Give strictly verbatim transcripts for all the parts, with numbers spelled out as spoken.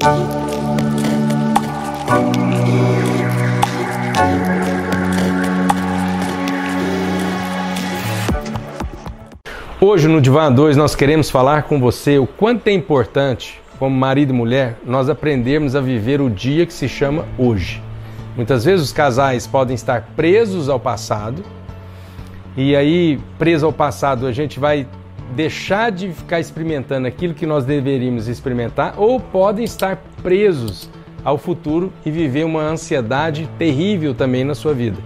Hoje no Divã A dois nós queremos falar com você o quanto é importante, como marido e mulher, nós aprendermos a viver o dia que se chama hoje. Muitas vezes os casais podem estar presos ao passado e aí, preso ao passado, a gente vai deixar de ficar experimentando aquilo que nós deveríamos experimentar, ou podem estar presos ao futuro e viver uma ansiedade terrível também na sua vida.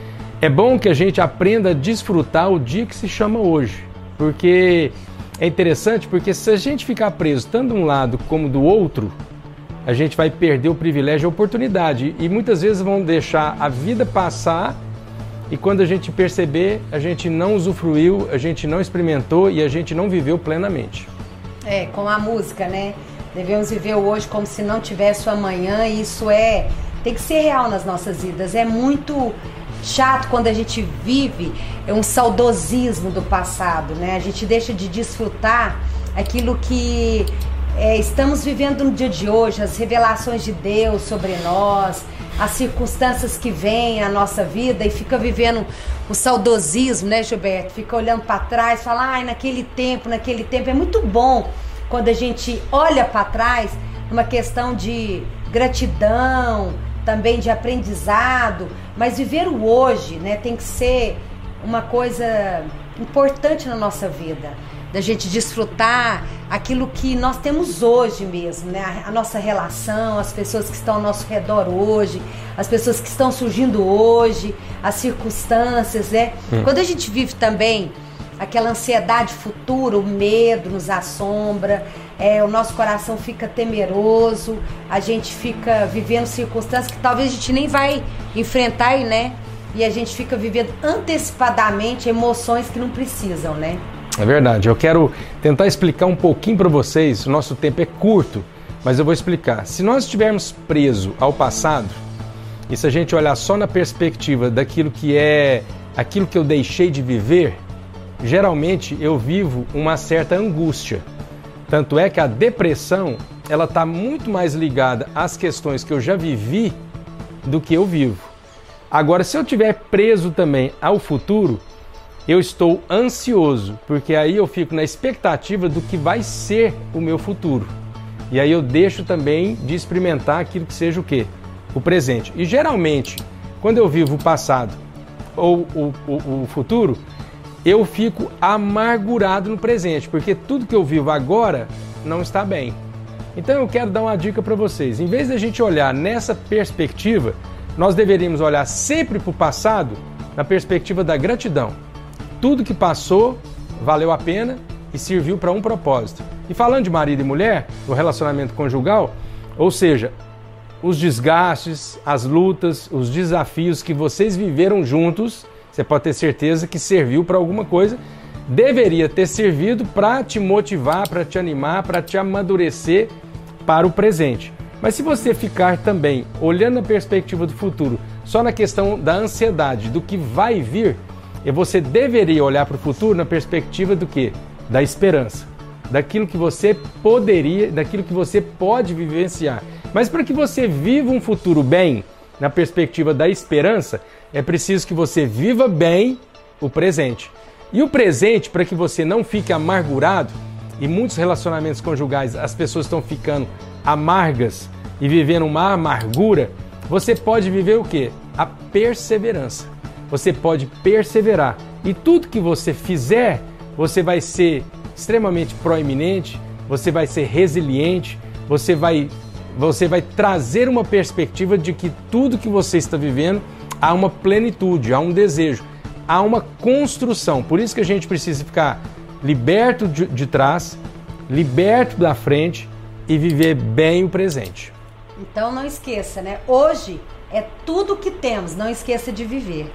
É bom que a gente aprenda a desfrutar o dia que se chama hoje, porque é interessante, porque se a gente ficar preso tanto de um lado como do outro, a gente vai perder o privilégio e a oportunidade, e muitas vezes vão deixar a vida passar, e quando a gente perceber, a gente não usufruiu, a gente não experimentou e a gente não viveu plenamente. É, como a música, né? Devemos viver o hoje como se não tivesse o amanhã, e isso é, tem que ser real nas nossas vidas. É muito chato quando a gente vive um saudosismo do passado, né? A gente deixa de desfrutar aquilo que é, estamos vivendo no dia de hoje, as revelações de Deus sobre nós, as circunstâncias que vêm à nossa vida, e fica vivendo o saudosismo, né, Gilberto? Fica olhando para trás, fala, ai, naquele tempo, naquele tempo. É muito bom quando a gente olha para trás numa questão de gratidão, também de aprendizado, mas viver o hoje, né, tem que ser uma coisa importante na nossa vida, da gente desfrutar aquilo que nós temos hoje mesmo, né? A nossa relação, as pessoas que estão ao nosso redor hoje, as pessoas que estão surgindo hoje, as circunstâncias, né? Hum. Quando a gente vive também aquela ansiedade futura, o medo nos assombra, é, o nosso coração fica temeroso, a gente fica vivendo circunstâncias que talvez a gente nem vai enfrentar, né? E a gente fica vivendo antecipadamente emoções que não precisam, né? É verdade, eu quero tentar explicar um pouquinho para vocês, o nosso tempo é curto, mas eu vou explicar. Se nós estivermos presos ao passado, e se a gente olhar só na perspectiva daquilo que é aquilo que eu deixei de viver, geralmente eu vivo uma certa angústia. Tanto é que a depressão, ela está muito mais ligada às questões que eu já vivi do que eu vivo. Agora, se eu estiver preso também ao futuro, eu estou ansioso, porque aí eu fico na expectativa do que vai ser o meu futuro. E aí eu deixo também de experimentar aquilo que seja o quê? O presente. E geralmente, quando eu vivo o passado ou o, o, o futuro, eu fico amargurado no presente, porque tudo que eu vivo agora não está bem. Então eu quero dar uma dica para vocês. Em vez de a gente olhar nessa perspectiva, nós deveríamos olhar sempre para o passado na perspectiva da gratidão. Tudo que passou valeu a pena e serviu para um propósito. E falando de marido e mulher, o relacionamento conjugal, ou seja, os desgastes, as lutas, os desafios que vocês viveram juntos, você pode ter certeza que serviu para alguma coisa, deveria ter servido para te motivar, para te animar, para te amadurecer para o presente. Mas se você ficar também olhando na perspectiva do futuro, só na questão da ansiedade, do que vai vir, e você deveria olhar para o futuro na perspectiva do quê? Da esperança, daquilo que você poderia, daquilo que você pode vivenciar. Mas para que você viva um futuro bem, na perspectiva da esperança, é preciso que você viva bem o presente. E o presente, para que você não fique amargurado, e muitos relacionamentos conjugais as pessoas estão ficando amargas e vivendo uma amargura, você pode viver o quê? A perseverança. Você pode perseverar e tudo que você fizer, você vai ser extremamente proeminente, você vai ser resiliente, você vai, você vai trazer uma perspectiva de que tudo que você está vivendo há uma plenitude, há um desejo, há uma construção. Por isso que a gente precisa ficar liberto de, de trás, liberto da frente e viver bem o presente. Então não esqueça, né? Hoje é tudo que temos, não esqueça de viver.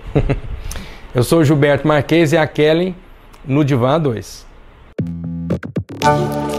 Eu sou o Gilberto Marques e a Kellen no Divã A dois.